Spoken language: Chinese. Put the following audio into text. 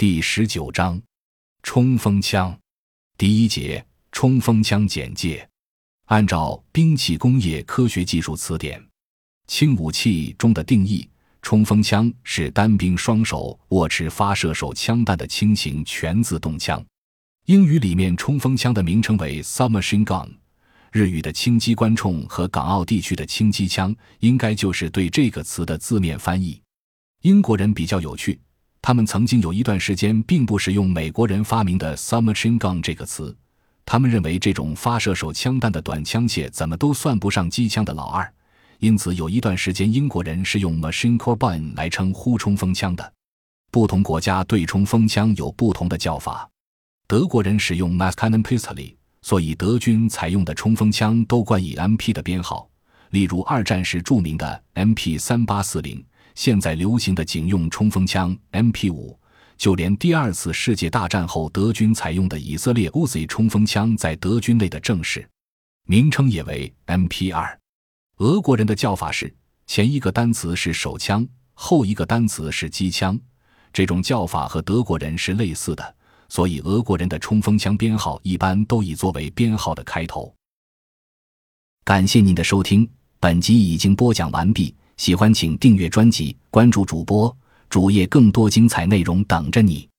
第19章冲锋枪。第一节冲锋枪简介。按照兵器工业科学技术词典，轻武器中的定义，冲锋枪是单兵双手握持发射手枪弹的轻型全自动枪。英语里面冲锋枪的名称为 submachine gun， 日语的轻机关冲和港澳地区的轻机枪应该就是对这个词的字面翻译。英国人比较有趣，他们曾经有一段时间并不使用美国人发明的 submachine gun 这个词，他们认为这种发射手枪弹的短枪械怎么都算不上机枪的老二，因此有一段时间英国人是用 machine carbine 来称呼冲锋枪的。不同国家对冲锋枪有不同的叫法。德国人使用 Maßkanonpistole， 所以德军采用的冲锋枪都冠以 MP 的编号，例如二战时著名的 MP3840， 现在流行的警用冲锋枪 MP5， 就连第二次世界大战后德军采用的以色列 Uzi 冲锋枪在德军内的正式名称也为 MP2。 俄国人的叫法是前一个单词是手枪，后一个单词是机枪，这种叫法和德国人是类似的，所以俄国人的冲锋枪编号一般都以作为编号的开头。感谢您的收听，本集已经播讲完毕，喜欢请订阅专辑，关注主播，主页更多精彩内容等着你。